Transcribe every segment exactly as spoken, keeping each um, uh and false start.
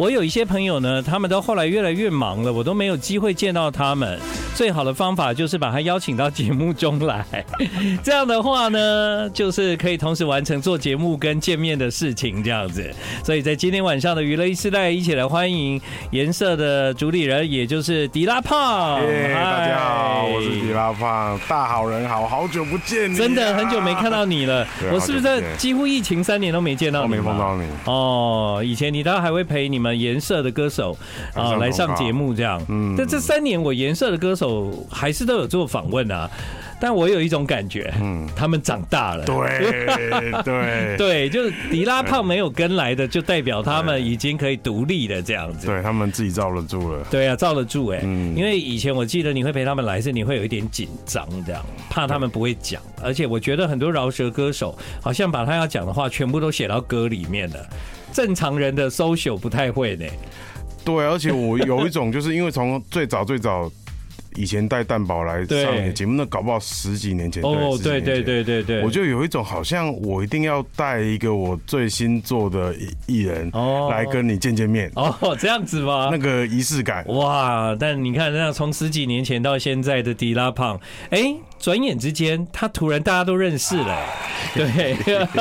我有一些朋友呢，他们都后来越来越忙了，我都没有机会见到他们。最好的方法就是把他邀请到节目中来，这样的话呢，就是可以同时完成做节目跟见面的事情，这样子。所以在今天晚上的娱乐一世代，一起来欢迎颜社的主理人，也就是迪拉胖。 耶，大家好，我是迪拉胖，大好人好，好久不见你、啊， 真的很久没看到你了。我是不是在几乎疫情三年都没见到你？ 都没碰到你哦。以前你当然还会陪你们颜社的歌手啊、呃、来上节目这样。嗯，但这三年我颜社的歌手还是都有做访问啊。但我有一种感觉，嗯，他们长大了。 对对对，就是迪拉胖没有跟来的，就代表他们已经可以独立了这样子。 对，他们自己罩得住了。 对啊，罩得住哎、欸。嗯，因为以前我记得你会陪他们来，是你会有一点紧张这样，怕他们不会讲。而且我觉得很多饶舌歌手好像把他要讲的话全部都写到歌里面了，正常人的 social 不太会呢、欸。 对，而且我有一种就是因为从最早最早。以前带蛋堡来上你的节目，那搞不好十几年前。 哦，对对对对对， 我就有一种好像我一定要带一个我最新做的艺人来跟你见见面。 哦，这样子吗？ 那个仪式感。 哇！但你看，那从十几年前到现在的迪拉胖，哎、欸，转眼之间，他突然大家都认识了、欸。对，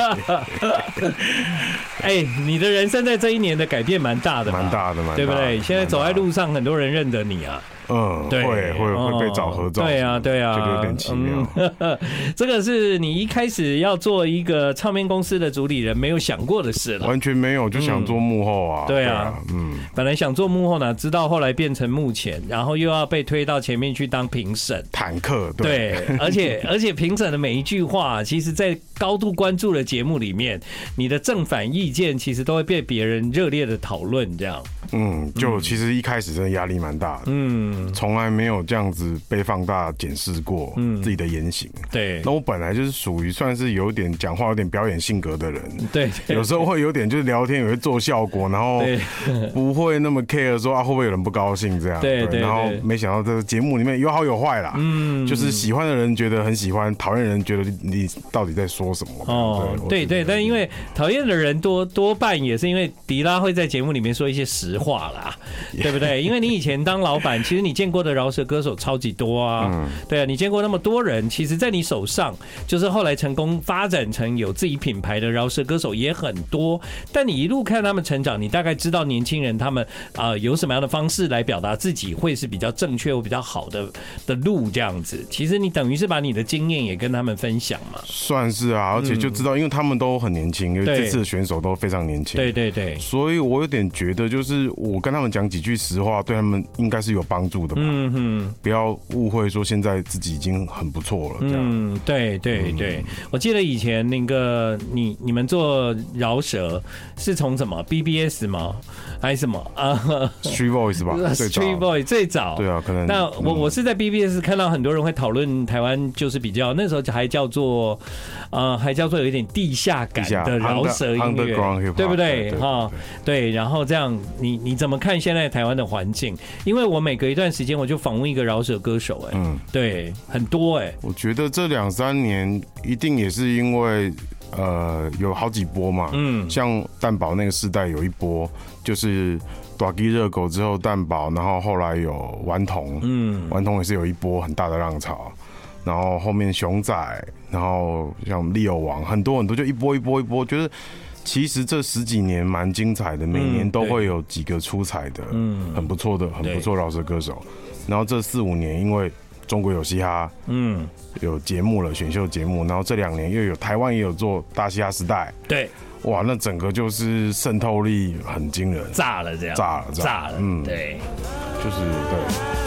哎、欸，你的人生在这一年的改变蛮大的， 蛮大的，蛮大的， 对不对？现在走在路上，很多人认得你啊。 嗯，对，会会会被找合照， 对啊，对啊， 这个有点奇妙。 嗯、这个是你一开始要做一个唱片公司的主理人没有想过的事了， 完全没有，就想做幕后啊。 嗯、对啊，嗯，本来想做幕后呢，知道后来变成幕前，然后又要被推到前面去当评审， 坦克， 对，对而且而且评审的每一句话，其实在高度关注的节目里面，你的正反意见其实都会被别人热烈的讨论，这样。 嗯，就其实一开始真的压力蛮大的，嗯，从来没有这样子被放大检视过自己的言行。 对， 那我本来就是属于算是有点讲话有点表演性格的人， 对， 有时候会有点就是聊天也会做效果，然后不会那么 care 说啊会不会有人不高兴这样， 对对， 然后没想到这个节目里面有好有坏啦，嗯，就是喜欢的人觉得很喜欢，讨厌的人觉得你到底在说什么？ 哦，对对，但因为讨厌的人多多半也是因为迪拉会在节目里面说一些实话啦，对不对？因为你以前当老板，其实你见过的饶舌歌手超级多啊，嗯、对啊，你见过那么多人，其实在你手上，就是后来成功发展成有自己品牌的饶舌歌手也很多。但你一路看他们成长，你大概知道年轻人他们啊、呃、有什么样的方式来表达自己会是比较正确或比较好的的路这样子。其实你等于是把你的经验也跟他们分享嘛， 算是啊，而且就知道，因为他们都很年轻，因为这次的选手都非常年轻， 对对对， 所以我有点觉得，就是我跟他们讲几句实话，对他们应该是有帮助的吧。嗯哼，不要误会说现在自己已经很不错了。这样，嗯， 对对对，嗯、我记得以前那个你你们做饶舌是从什么 B B S 吗？还是什么啊 ？Street Voice 吧 ，Street Voice 最早。 对啊，可能。 那我我是在 B B S 看到很多人会讨论台湾，就是比较那时候还叫做呃还叫做有一点地下感的饶舌音乐，对不对？哈，对。然后这样，你你怎么看现在台湾的环境？因为我每隔一段时间我就访问一个饶舌歌手、欸，哎，嗯，对，很多哎、欸。 我觉得这两三年一定也是因为呃有好几波嘛，嗯，像蛋堡那个世代有一波，就是大鸡热狗之后蛋堡，然后后来有顽童，嗯，顽童也是有一波很大的浪潮。然后后面熊仔，然后像利友王，很多很多，就一波一波一波，觉得其实这十几年蛮精彩的，每年都会有几个出彩的，嗯，很不错的，很不错饶舌歌手。然后这四五年，因为中国有嘻哈，嗯，有节目了，选秀节目，然后这两年又有台湾也有做大嘻哈时代， 对， 哇，那整个就是渗透力很惊人， 炸了这样， 炸了， 炸了，嗯，对， 就是对。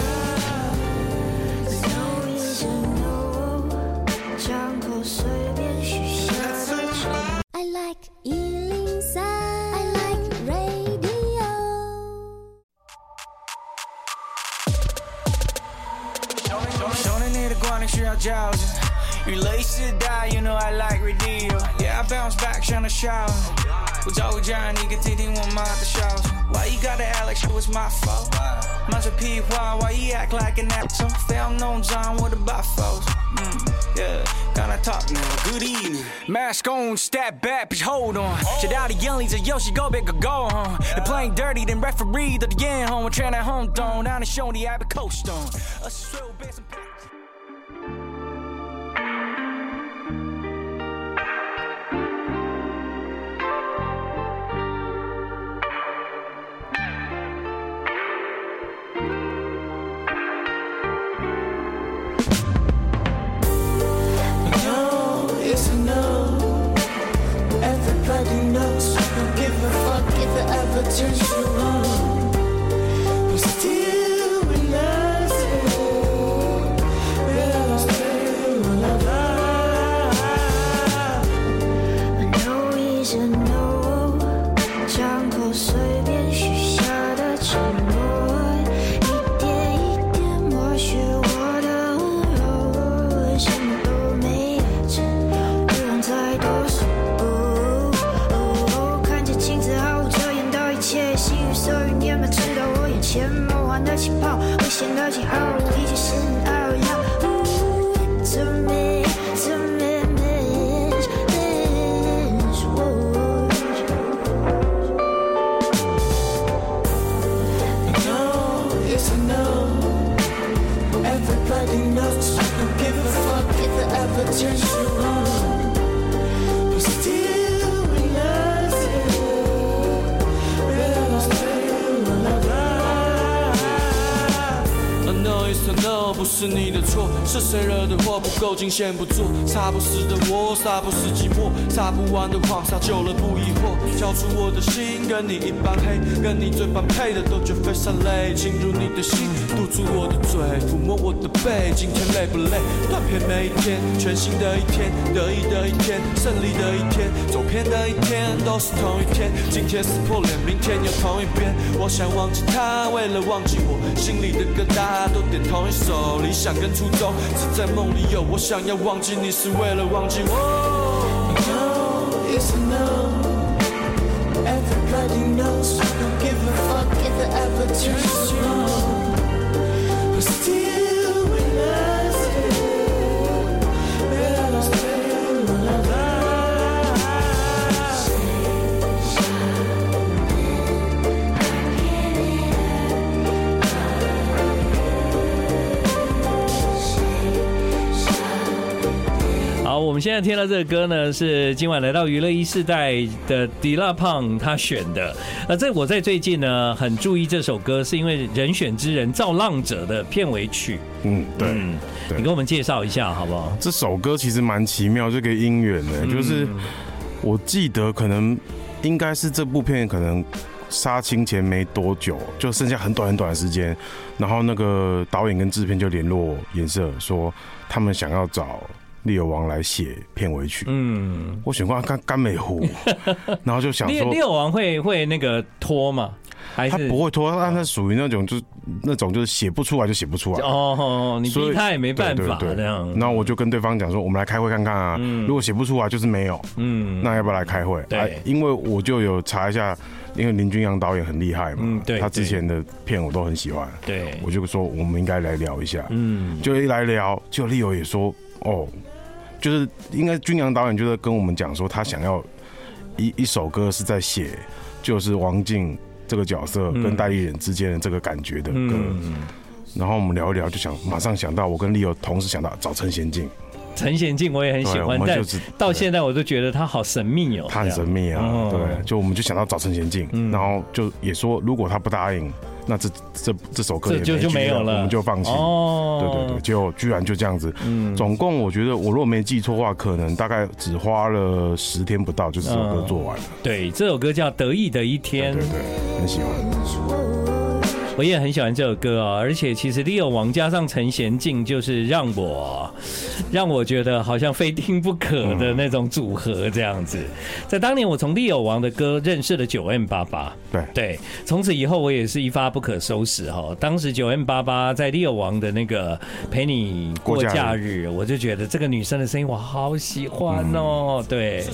需要矫正，娱乐时代 ，You know I like radio。Yeah, I bounce back， 想到笑，不找回家，你可听听我妈的笑声。Why you gotta act like shit was my fault. Mine's a P Y, why you act like an asshole? Found no John, what about folks? Mm, yeah, gotta talk now. Good evening. Mask on, step back, bitch, hold on. Shit out of younglies, a Yoshi, go big or go home. They playing dirty, then referee to the end home. We're trying at home, down, down and show the Abbott Coast on. A swill, best and Everybody knows, don't give a fuck if it ever turns you on. But still we love it. We'll stay alive. No reason, no， 张口随便许下的承诺，一点一点剥削我的温柔，什么都没有成，不用太多说。细雨色雨念吧，直到我眼前梦幻的气泡，危险的信号，一切深奥要。It's a me, it's a me, miss, miss, No, it's a no. Everybody knows. Don't give a fuck if it ever turns you on. But still we love it. No, it's a no， 不是你的错，是谁惹的祸？不够惊险不做，杀不死的我，杀不死寂寞，杀不完的谎，杀久了不疑惑。交出我的心，跟你一般黑，跟你最般配的都觉非常累。进入你的心，堵住我的嘴，抚摸我的背。今天累不累？断片每一天，全新的一天，得意的一天，胜利的一天，走偏的一天，都是同一天。今天撕破脸，明天又同一遍。我想忘记他，为了忘记我，心里的疙瘩都点同一首。理想跟初衷只在梦里有，我想要忘记你是为了忘记我。 No, it's a no. Everybody knows. Don't give a fuck if it ever turns you on. But still we love it. We'll stay alive. 好，我们现在听到这个歌呢，是今晚来到娱乐一世代的迪拉胖他选的。那这我在最近呢很注意这首歌，是因为《人选之人造浪者》的片尾曲。 嗯，对， 嗯， 对你跟我们介绍一下好不好？ 这首歌其实蛮奇妙，这个姻缘的，就是我记得可能应该是这部片可能杀青前没多久，就剩下很短很短的时间，然后那个导演跟制片就联络颜色说他们想要找利友王来写片尾曲，嗯，我选过甘甘美湖，然后就想说， 利友王会会那个拖吗？还是他不会拖，但他属于那种就是那种就是写不出来就写不出来哦，你逼他也没办法这样。 然后我就跟对方讲说，我们来开会看看啊，嗯、如果写不出来就是没有，嗯，那要不要来开会？ 对、啊， 因为我就有查一下，因为林君阳导演很厉害嘛，嗯，对，他之前的片我都很喜欢，对，我就说我们应该来聊一下，嗯，就一来聊，就利友也说哦。就是应该君阳导演就是跟我们讲说，他想要一一首歌是在写，就是王静这个角色跟代理人之间的这个感觉的歌。嗯、然后我们聊一聊，就想马上想到，我跟利友同时想到找陈贤进。 陈贤进我也很喜欢，但到现在我都觉得他好神秘哦。 他很神秘啊，哦、对，就我们就想到找陈贤进，嗯、然后就也说，如果他不答应。那这这这首歌也没就就没有了， 我们就放弃。哦，对对对，结果居然就这样子。嗯，总共我觉得我如果没记错的话，可能大概只花了十天不到，就这首歌做完了。 对，这首歌叫《得意的一天》。 对对对，很喜欢。 我也很喜欢这首歌哦，而且其实 Leo 王加上陈贤进，就是让我让我觉得好像非听不可的那种组合这样子。在当年，我从 Leo 王的歌认识了九 M 八八， 对对，从此以后我也是一发不可收拾哈。当时九 M 八八在 Leo 王的那个陪你过假日，我就觉得这个女生的声音我好喜欢哦，嗯、对。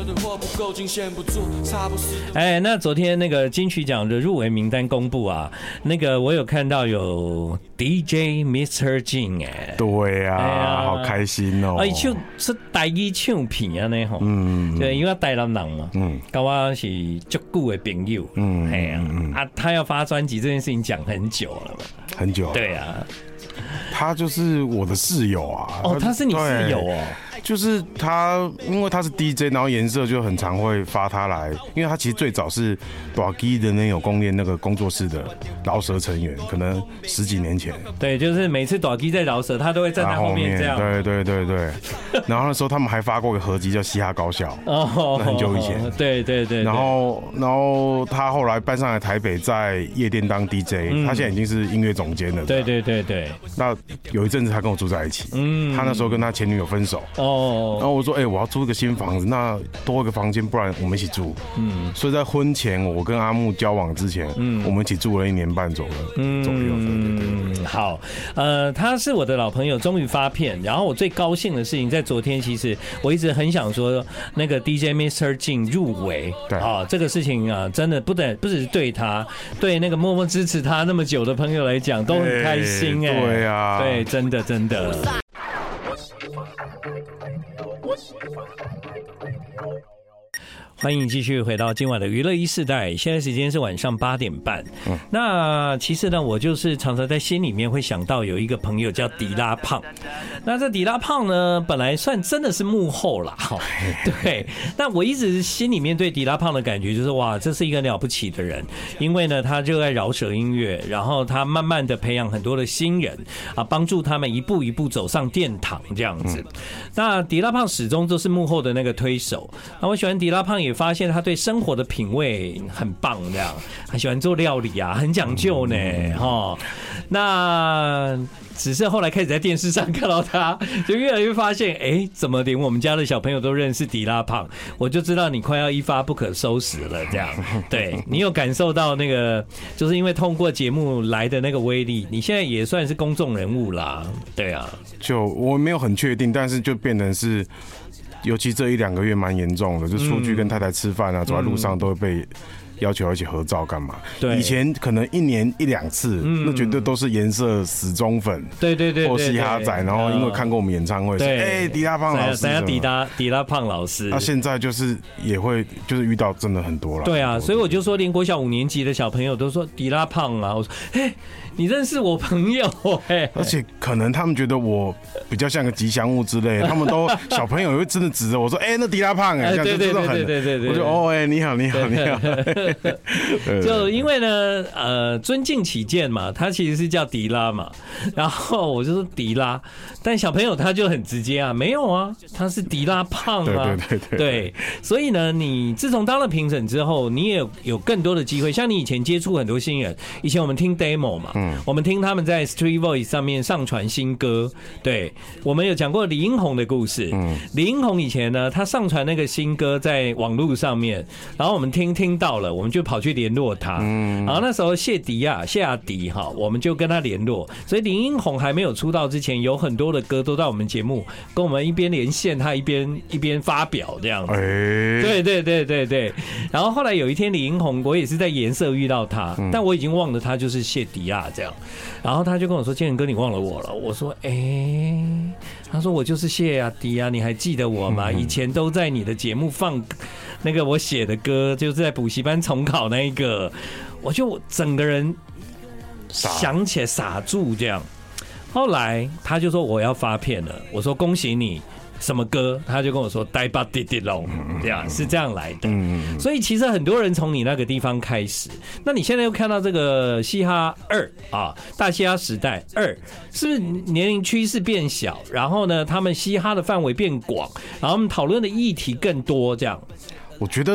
哎，那昨天那个金曲奖的入围名单公布啊，那个我有看到有 D J Mister Jin 哎， 对啊，哎呀好开心哦！ 哎，就是台语唱片啊呢吼，嗯，对，因为台南人嘛，嗯，跟我是足久的朋友，嗯，哎呀，啊，他要发专辑这件事情讲很久了嘛， 很久， 对啊， 他就是我的室友啊， 哦，他是你室友哦。 就是他，因为他是 D J， 然后颜色就很常会发他来，因为他其实最早是大基的那种工业那个工作室的饶舌成员，可能十几年前。 对，就是每次大基在饶舌，他都会站在后面这样。 对对对对。然后那时候他们还发过个合集叫《嘻哈高校》，哦，那很久以前。 对对 对, 對。 然后然后他后来搬上来台北，在夜店当 D J，、嗯、他现在已经是音乐总监了。 对对对对。 那有一阵子他跟我住在一起，嗯，他那时候跟他前女友分手。哦，然后我说，哎、欸，我要租一个新房子，那多一个房间，不然我们一起住。嗯，所以在婚前，我跟阿木交往之前，嗯，我们一起住了一年半左右，嗯，左右。 嗯，好，呃，他是我的老朋友，终于发片。然后我最高兴的事情，在昨天，其实我一直很想说，那个 D J Mister Jin 入围，对啊，这个事情啊，真的不但不只是对他，对那个默默支持他那么久的朋友来讲，都很开心哎、欸。 对啊， 对，真的真的。欢迎继续回到今晚的娱乐一世代，现在时间是晚上八点半。嗯，那其实呢，我就是常常在心里面会想到有一个朋友叫迪拉胖。那这迪拉胖呢，本来算真的是幕后啦，对。但我一直心里面对迪拉胖的感觉就是，哇，这是一个了不起的人，因为呢，他热爱饶舌音乐，然后他慢慢的培养很多的新人啊，帮助他们一步一步走上殿堂这样子。嗯、那迪拉胖始终都是幕后的那个推手。那我喜欢迪拉胖也。也发现他对生活的品味很棒，这样很喜欢做料理啊，很讲究呢，哈。那只是后来开始在电视上看到他，就越来越发现，哎、欸，怎么连我们家的小朋友都认识迪拉胖？我就知道你快要一发不可收拾了，这样。对，你有感受到那个，就是因为通过节目来的那个威力，你现在也算是公众人物啦，对啊。 就我没有很确定，但是就变成是。尤其这一两个月蛮严重的，就出去跟太太吃饭啊，走在路上都会被要求一起合照干嘛？对，以前可能一年一两次，嗯、那绝对都是颜色死忠粉， 对对 对, 對， 或嘻哈仔，然后因为看过我们演唱会，对，哎、欸，迪拉胖老师， 等下迪拉迪拉胖老师， 那现在就是也会就是遇到真的很多了， 对啊，所以我就说，连国小五年级的小朋友都说迪拉胖啊，我说，哎、欸。你认识我朋友哎、欸， 而且可能他们觉得我比较像个吉祥物之类的，他们都小朋友会真的指着我说：“哎、欸，那迪拉胖哎、欸，这样就真的很。”对对对对，我就哦哎、欸，你好你好你好。 就因为呢，呃，尊敬起见嘛，他其实是叫迪拉嘛，然后我就说迪拉，但小朋友他就很直接啊，没有啊，他是迪拉胖啊， 对对对 对, 对，所以呢，你自从当了评审之后，你也有更多的机会，像你以前接触很多新人，以前我们听 demo 嘛。嗯，我们听他们在 Street Voice 上面上传新歌，对，我们有讲过李英宏的故事。嗯，李英宏以前呢，他上传那个新歌在网络上面，然后我们听听到了，我们就跑去联络他。嗯，然后那时候谢迪亚、谢亚迪哈，我们就跟他联络。所以李英宏还没有出道之前，有很多的歌都在我们节目跟我们一边连线，他一边一边发表这样子。欸、对对对对对。然后后来有一天，李英宏我也是在颜色遇到他，嗯、但我已经忘了他就是谢迪亚。这样，然后他就跟我说：“建仁哥，你忘了我了？”我说：“哎、欸，他说我就是谢亚迪啊，你还记得我吗？以前都在你的节目放那个我写的歌，就是在补习班重考那一个，我就整个人想起来傻住这样。后来他就说我要发片了，我说恭喜你。”什么歌？他就跟我说“呆吧滴滴龙”，这样是这样来的。所以其实很多人从你那个地方开始，那你现在又看到这个嘻哈二啊，大嘻哈时代二，是不是年龄趋势变小？然后呢，他们嘻哈的范围变广，然后我们讨论的议题更多，这样。 我觉得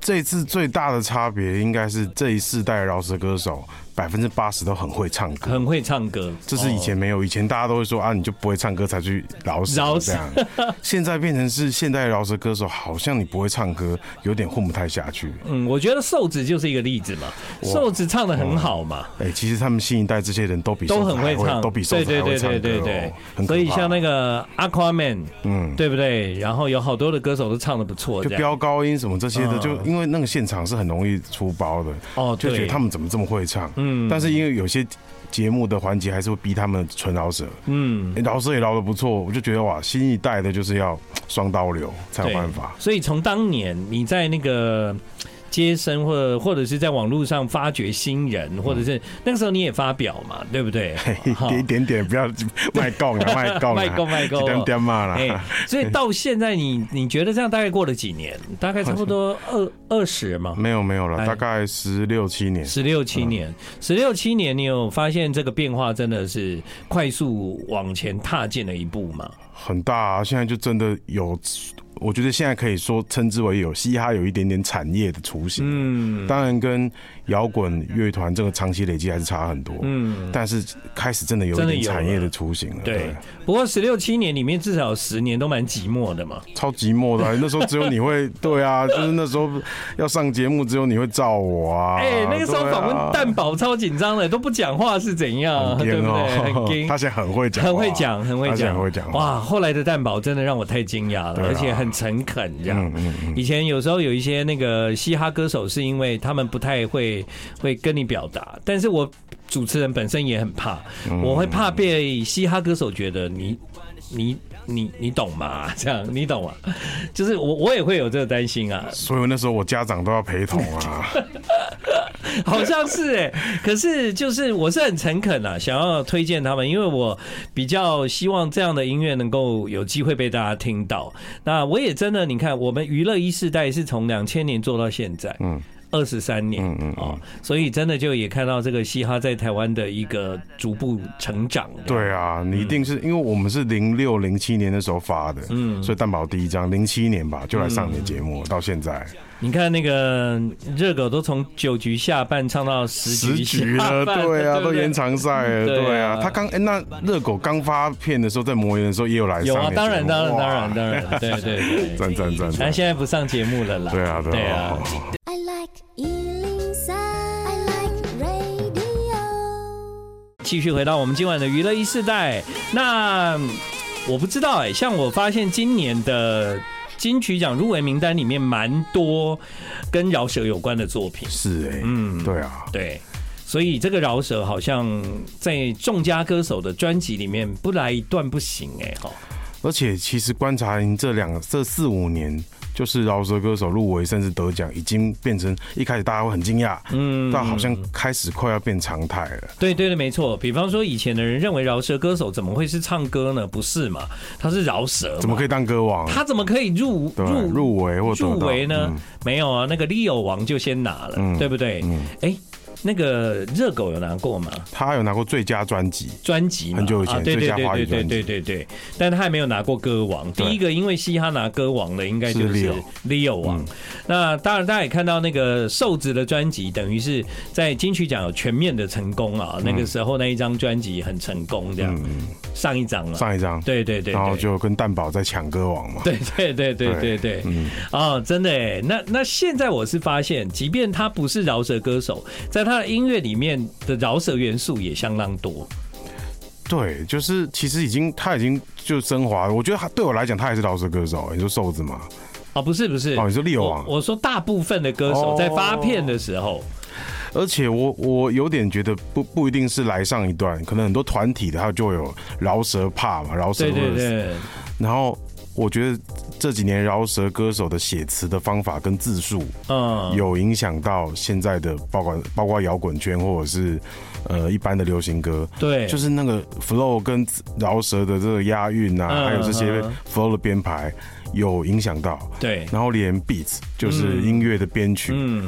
这次最大的差别应该是这一世代饶舌歌手百分之八十都很会唱歌， 很会唱歌， 这是以前没有，以前大家都会说啊，你就不会唱歌才去饶舌这样，现在变成是现代饶舌歌手，好像你不会唱歌，有点混不太下去。 嗯，我觉得瘦子就是一个例子嘛，瘦子唱得很好嘛。 哎、嗯欸，其实他们新一代这些人都比都很会唱， 都比瘦子还会唱歌、哦、对对对对对。 所以像那个 Aquaman， 嗯，对不对？然后有好多的歌手都唱得不错， 就飙高音什么这些的，嗯、就因为那个现场是很容易出包的，哦，就觉得他们怎么这么会唱。嗯，但是因为有些节目的环节还是会逼他们纯饶舌，嗯，饶舌也饶得不错，我就觉得哇，新一代的就是要双刀流才有办法。 所以从当年你在那个接生或者或者是在网络上发掘新人，或者是那个时候你也发表嘛，对不对？ 一点点，不要卖供啊，卖供， 卖供，卖供， 点点嘛啦。 所以到现在你，你你觉得这样大概过了几年？大概差不多二二十嘛？ 没有没有了，大概十六七年。 十六七年，十六七年，你有发现这个变化真的是快速往前踏进了一步吗？ 很大啊！现在就真的有。我觉得现在可以说称之为有嘻哈有一点点产业的雏形，嗯，当然跟摇滚乐团这个长期累积还是差很多，嗯，但是开始真的有一点产业的雏形了。 对，对不过十六七年里面至少有十年都蛮寂寞的嘛， 超寂寞的、啊。那时候只有你会，对啊，就是那时候要上节目，只有你会照我啊。 哎、欸，那个时候访问蛋宝超紧张的，都不讲话是怎样， 哦、 对不对？很硬。 他现在很会讲， 很会讲，很会讲， 很会讲。 哇，后来的蛋宝真的让我太惊讶了，而且很诚恳这样。嗯嗯嗯、以前有时候有一些那个嘻哈歌手，是因为他们不太会会跟你表达，但是我主持人本身也很怕，嗯、我会怕被嘻哈歌手觉得你你你你懂吗？这样你懂吗？就是我我也会有这个担心啊。 所以那时候我家长都要陪同啊。 好像是哎、欸，可是就是我是很诚恳啊，想要推荐他们，因为我比较希望这样的音乐能够有机会被大家听到。那我也真的，你看我们娱乐一世代是从两千年做到现在，嗯。二十三年，嗯嗯哦，所以真的就也看到这个嘻哈在台湾的一个逐步成长。 对啊，你一定是、嗯、因为我们是零六零七年的时候发的，嗯，所以蛋宝第一张零七年吧就来上你的节目、嗯，到现在。 你看那个热狗都从九局下半唱到十局下半， 对啊， 对对都延长赛了，对啊。他刚哎、欸，那热狗刚发片的时候，在魔岩的时候也有来上， 有啊，当然当然当然当然，对对对， 赞赞赞。 但现在不上节目了啦， 对啊对啊。 I like 一零三 I like radio。 继续回到我们今晚的娱乐一世代，那我不知道哎、欸，像我发现今年的金曲奖入围名单里面蛮多跟饶舌有关的作品， 是哎、欸，嗯，对啊， 对，所以这个饶舌好像在众家歌手的专辑里面不来一段不行哎、欸、哈。 而且其实观察您这两这四五年，就是饶舌歌手入围甚至得奖，已经变成一开始大家会很惊讶，嗯，但好像开始快要变常态了。 对对对，没错。比方说以前的人认为饶舌歌手怎么会是唱歌呢？不是嘛，他是饶舌， 怎么可以当歌王？ 他怎么可以入入入围或入围呢、嗯？没有啊，那个 Leo 王就先拿了，嗯、对不对？嗯，哎、欸。那个热狗有拿过吗？ 他有拿过最佳专辑， 专辑很久以前， 啊、对对对对对对对对，但他还没有拿过歌王。第一个因为嘻哈拿歌王的，应该就是 Leo 王、嗯。那当然，大家也看到那个瘦子的专辑，等于是在金曲奖有全面的成功啊。嗯、那个时候那一张专辑很成功，这样、嗯、上一张了， 上一张， 对对 对, 对， 然后就跟蛋宝在抢歌王嘛。 对对对对对对，嗯，哦，真的哎，那那现在我是发现，即便他不是饶舌歌手，在他的音乐里面的饶舌元素也相当多。 对，就是其实已经他已经就升华了。我觉得他对我来讲，他也是饶舌歌手。你说瘦子吗？ 哦，不是不是， 哦，你说Leo王。 我说大部分的歌手在发片的时候。 而且我我有点觉得不不一定是来上一段，可能很多团体的他就有饶舌怕嘛，饶舌。对对对。然后我觉得这几年饶舌歌手的写词的方法跟字数，嗯，有影响到现在的包括包括摇滚圈或者是呃一般的流行歌，对，就是那个 flow 跟饶舌的这个押韵啊，嗯、还有这些 flow 的编排有影响到，对，然后连 beats 就是音乐的编曲，嗯。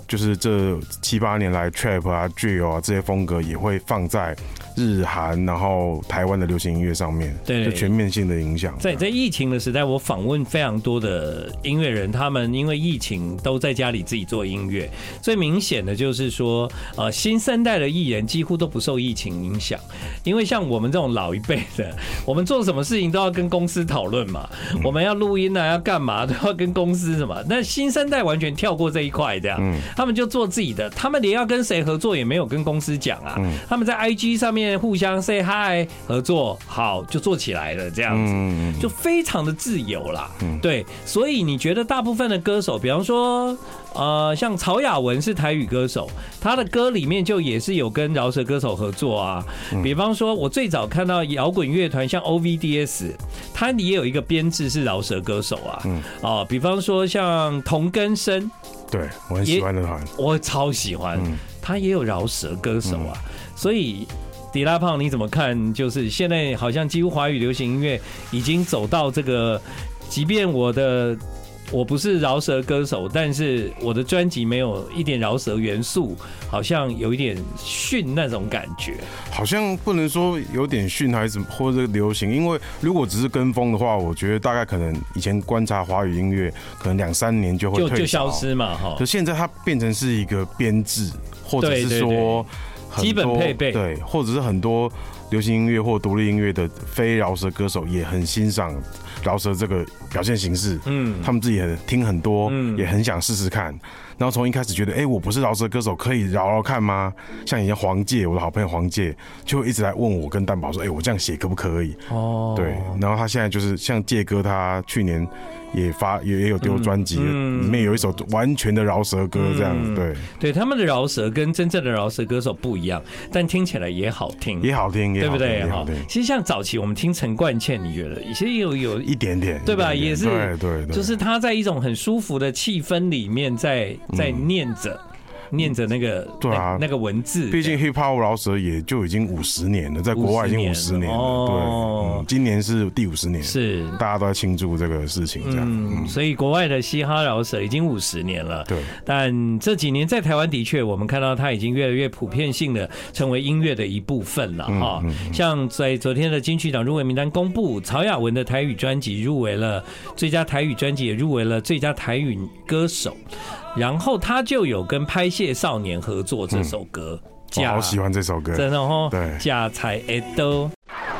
就是这七八年来 trap 啊、drill 啊这些风格也会放在日韩，然后台湾的流行音乐上面， 对， 就全面性的影响。 在在疫情的时代，我访问非常多的音乐人，他们因为疫情都在家里自己做音乐。最明显的就是说，呃，新生代的艺人几乎都不受疫情影响，因为像我们这种老一辈的，我们做什么事情都要跟公司讨论嘛，嗯、我们要录音啊，要干嘛都要跟公司什么。那新生代完全跳过这一块，这样，嗯、他们就做自己的，他们连要跟谁合作也没有跟公司讲啊，嗯、他们在 I G 上面互相 say hi 合作，好就做起来了，这样子就非常的自由啦。对，所以你觉得大部分的歌手，比方说呃，像曹雅文是台语歌手，他的歌里面就也是有跟饶舌歌手合作啊。比方说，我最早看到摇滚乐团像 O V D S， 他也有一个编制是饶舌歌手啊。哦，比方说像童根生， 对我很喜欢的团， 我超喜欢，他也有饶舌歌手啊，所以。迪拉胖你怎么看？就是现在好像几乎华语流行音乐已经走到这个，即便我的我不是饶舌歌手，但是我的专辑没有一点饶舌元素，好像有一点逊那种感觉。 好像不能说有点逊还是或者流行，因为如果只是跟风的话，我觉得大概可能以前观察华语音乐，可能两三年就会退潮， 就就消失嘛哈。 可现在它变成是一个编制，或者是说。 基本配备对，或者是很多流行音乐或独立音乐的非饶舌歌手也很欣赏饶舌这个表现形式，嗯，他们自己也听很多，嗯，也很想试试看。然后从一开始觉得，哎、欸，我不是饶舌歌手，可以饶饶看吗？像以前黄介，我的好朋友黄介，就一直来问我跟蛋宝说，哎、欸，我这样写可不可以？哦，对。然后他现在就是像介哥，他去年也发也也有丢专辑，嗯、里面有一首完全的饶舌歌，这样、嗯、对。 对，他们的饶舌跟真正的饶舌歌手不一样，但听起来也好听， 也好听， 对不对？ 好听。 其实像早期我们听陈冠茜，你觉得其实有有一点点， 对吧？也是， 对对对， 就是他在一种很舒服的气氛里面在。在念着，念着那个对啊那个文字， 毕竟 hip hop 饶舌也就已经五十年了，在国外已经五十年了，哦、对、嗯，今年是第五十年， 是大家都在庆祝这个事情，这样，嗯嗯、所以国外的嘻哈饶舌已经五十年了， 对， 但这几年在台湾的确，我们看到它已经越来越普遍性的成为音乐的一部分了哈、嗯嗯。像在昨天的金曲奖入围名单公布，曹雅文的台语专辑入围了最佳台语专辑，也入围了最佳台语歌手。然后他就有跟拍谢少年合作这首歌， 嗯、我好喜欢这首歌， 真的哦， 对， 加才会都。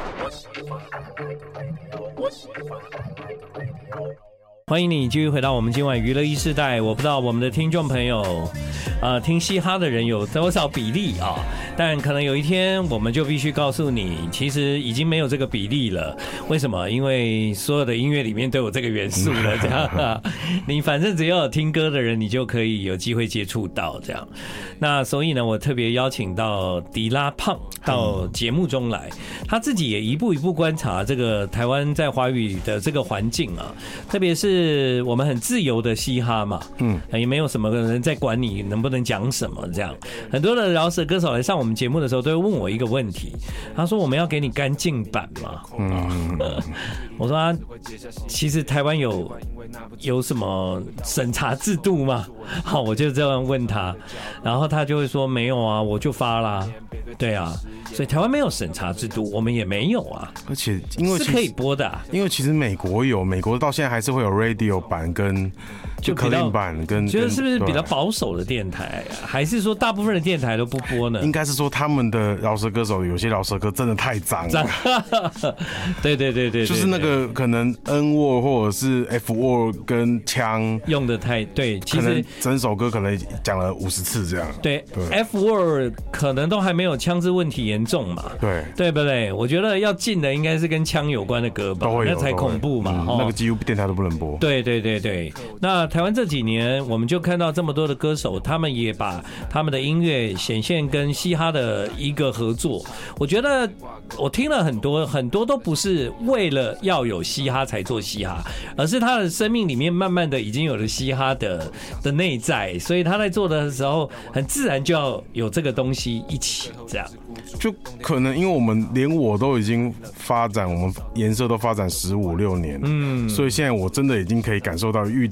欢迎你继续回到我们今晚娱乐一世代。我不知道我们的听众朋友，呃，听嘻哈的人有多少比例啊？但可能有一天我们就必须告诉你，其实已经没有这个比例了。为什么？因为所有的音乐里面都有这个元素了，这样啊。你反正只要有听歌的人，你就可以有机会接触到这样。那所以呢，我特别邀请到迪拉胖到节目中来，他自己也一步一步观察这个台湾在华语的这个环境啊，特别是。是我们很自由的嘻哈嘛，嗯，也没有什么人在管你能不能讲什么这样。很多的饶舌歌手来上我们节目的时候，都会问我一个问题，他说：“我们要给你干净版吗？”嗯，我说啊，其实台湾有有什么审查制度吗？好，我就这样问他，然后他就会说没有啊，我就发啦。对啊，所以台湾没有审查制度，我们也没有啊。 而且因为是可以播的、啊， 因为其实美国有，美国到现在还是会有 radio 版跟就 clean 版跟， 觉得是不是比较保守的电台、啊，还是说大部分的电台都不播呢？ 应该是说他们的饶舌歌手有些饶舌歌真的太脏了， 对对对 对, 对， 就是那个可能 N word 或者是 F word 跟枪用的太对，其实整首歌可能讲了五十次这样。 对, 对 ，F word 可能都还没有枪支问题严重嘛， 对对不对？我觉得要禁的应该是跟枪有关的歌吧，那才恐怖嘛、 嗯，那个几乎电台都不能播。 对对对对，那台湾这几年我们就看到这么多的歌手，他们也把他们的音乐显现跟嘻哈的一个合作。我觉得我听了很多，很多都不是为了要有嘻哈才做嘻哈，而是他的生命里面慢慢的已经有了嘻哈的的内在，所以他在做的时候很自然就要有这个东西一起这样。 就可能因为我们连我都已经发展，我们颜色都发展十五六年，嗯，所以现在我真的已经可以感受到，遇到喜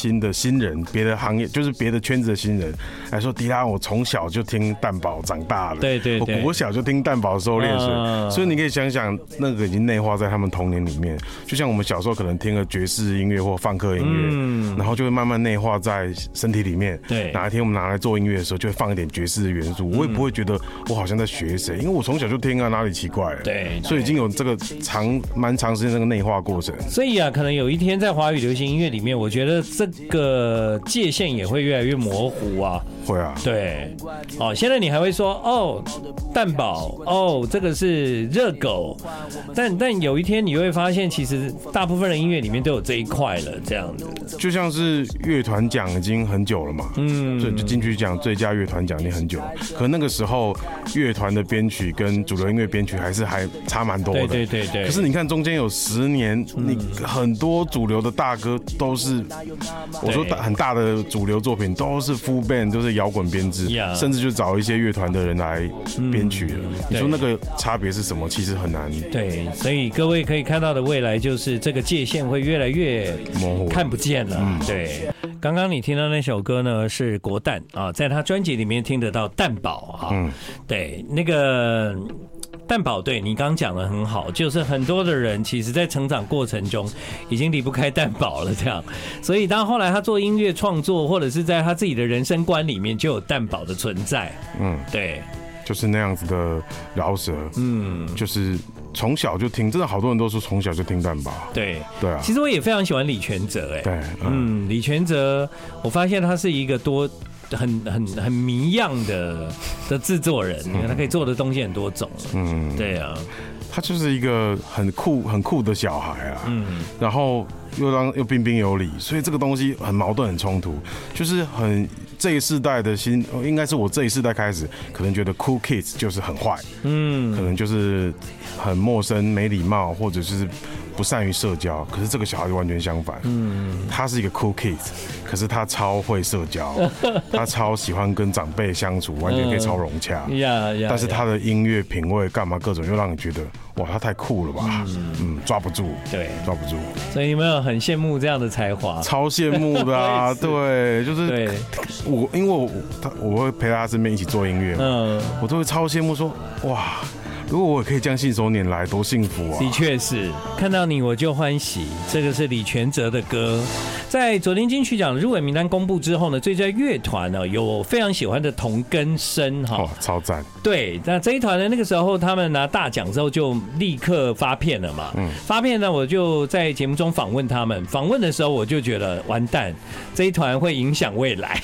新的新人，别的行业就是别的圈子的新人来说，迪拉我从小就听蛋堡长大的， 对对对， 我国小就听蛋堡狩猎水， 嗯、 所以你可以想想，那个已经内化在他们童年里面。就像我们小时候可能听了爵士音乐或放克音乐，嗯、然后就会慢慢内化在身体里面。 对， 哪一天我们拿来做音乐的时候，就会放一点爵士的元素，我也不会觉得我好像在学谁，因为我从小就听啊，哪里奇怪了？ 对， 所以已经有这个长蛮长时间这个内化过程。 所以啊，可能有一天在华语流行音乐里面，我觉得这个界限也会越来越模糊啊。 会啊， 对，哦，现在你还会说哦，蛋堡，哦，这个是热狗，但但有一天你会发现，其实大部分的音乐里面都有这一块了，这样子。 就像是乐团奖已经很久了嘛，嗯，所以就金曲奖最佳乐团奖已经很久了，可那个时候乐团的编曲跟主流音乐编曲还是还差蛮多的， 对对对对。 可是你看中间有十年，你很多主流的大歌都是，我说很大的主流作品都是 full band， 都是摇滚编制， yeah. 甚至就找一些乐团的人来编曲了。嗯、你说那个差别是什么？其实很难。 对，所以各位可以看到的未来就是这个界限会越来越模糊，看不见了。嗯、对，刚刚你听到那首歌呢是国蛋啊，在他专辑里面听得到蛋堡啊。嗯，对，那个。蛋堡，对你刚刚讲的很好，就是很多的人其实在成长过程中已经离不开蛋堡了，这样，所以当后来他做音乐创作，或者是在他自己的人生观里面就有蛋堡的存在，嗯，对， 就是那样子的饶舌，嗯，就是从小就听，真的好多人都说从小就听蛋堡， 对对啊， 其实我也非常喜欢李全哲，哎， 对， 嗯，李全哲，我发现他是一个多。很很很迷样的的制作人，你看他可以做的东西很多种，嗯，对啊， 他就是一个很酷很酷的小孩啊，嗯，然后又让又彬彬有礼，所以这个东西很矛盾很冲突，就是很这一世代的新，应该是我这一世代开始，可能觉得 cool kids 就是很坏，嗯，可能就是很陌生、没礼貌，或者是不善于社交。可是这个小孩就完全相反，嗯，他是一个 cool kids， 可是他超会社交，他超喜欢跟长辈相处，完全可以超融洽，嗯，但是他的音乐品味干嘛各种，又让你觉得哇，他太酷了吧，嗯，嗯抓不住， 对， 抓不住。 所以你们有很羡慕这样的才华， 超羡慕的啊，对，就是对我，因为我他我会陪他身边一起做音乐嘛，嗯，我都会超羡慕说哇。如果我可以这样信手拈来，多幸福啊！ 的确是，看到你我就欢喜。这个是李全哲的歌。在昨天金曲奖入围名单公布之后呢，最佳乐团呢有非常喜欢的同根生哈， 哦，超赞。 对，那这一团呢，那个时候他们拿大奖之后就立刻发片了嘛。嗯，发片呢，我就在节目中访问他们。访问的时候我就觉得完蛋，这一团会影响未来。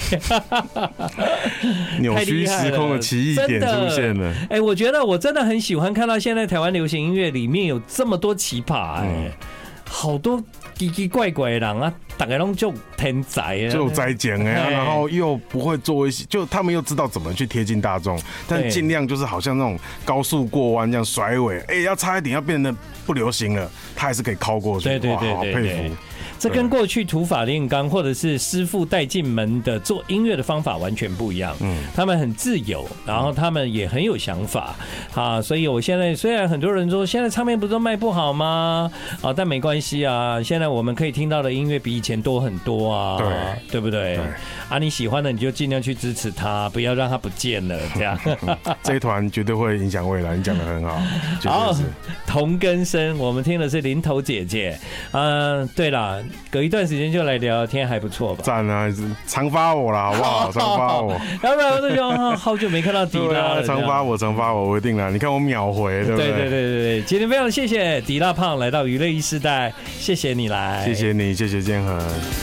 扭曲时空的奇异点出现了。 哎、欸，我觉得我真的很喜欢看到现在台湾流行音乐里面有这么多奇葩，哎、欸，嗯、好多奇奇怪怪的人啊，大概都就天才啊， 就栽剪哎，然后又不会做一些，就他们又知道怎么去贴近大众，但尽量就是好像那种高速过弯这样甩尾，哎、欸，要差一点要变得不流行了，他还是可以靠过去， 对对对对， 好佩服。 这跟过去土法炼钢或者是师傅带进门的做音乐的方法完全不一样。嗯，他们很自由，然后他们也很有想法啊。所以我现在虽然很多人说现在唱片不都卖不好吗？啊，但没关系啊。现在我们可以听到的音乐比以前多很多啊，对，对不对？对啊，你喜欢的你就尽量去支持他，不要让他不见了。这样， 这一团绝对会影响未来。你讲得很好。 好，同根生，我们听的是林头姐姐。嗯，对啦。隔一段时间就来聊聊天，还不错吧？ 赞啊，常发我啦，好不好？常发我， 要不然我就好久没看到迪拉了。 常发我，常发我，我一定啦。你看我秒回，对不对？ 对对对对对，今天非常谢谢迪拉胖来到娱乐一世代，谢谢你来， 谢谢你，谢谢建恒。